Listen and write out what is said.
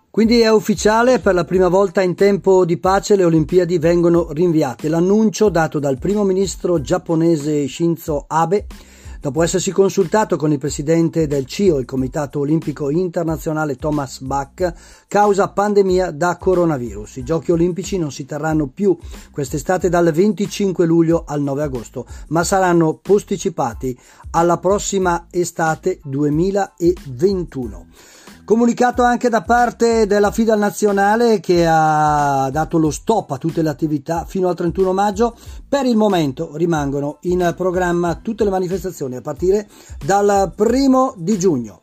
Quindi è ufficiale, per la prima volta in tempo di pace le Olimpiadi vengono rinviate. L'annuncio dato dal primo ministro giapponese Shinzo Abe, dopo essersi consultato con il presidente del CIO, il Comitato Olimpico Internazionale Thomas Bach, causa pandemia da coronavirus. I Giochi Olimpici non si terranno più quest'estate dal 25 luglio al 9 agosto, ma saranno posticipati alla prossima estate 2021. Comunicato anche da parte della FIDAL nazionale, che ha dato lo stop a tutte le attività fino al 31 maggio. Per il momento rimangono in programma tutte le manifestazioni a partire dal 1 di giugno.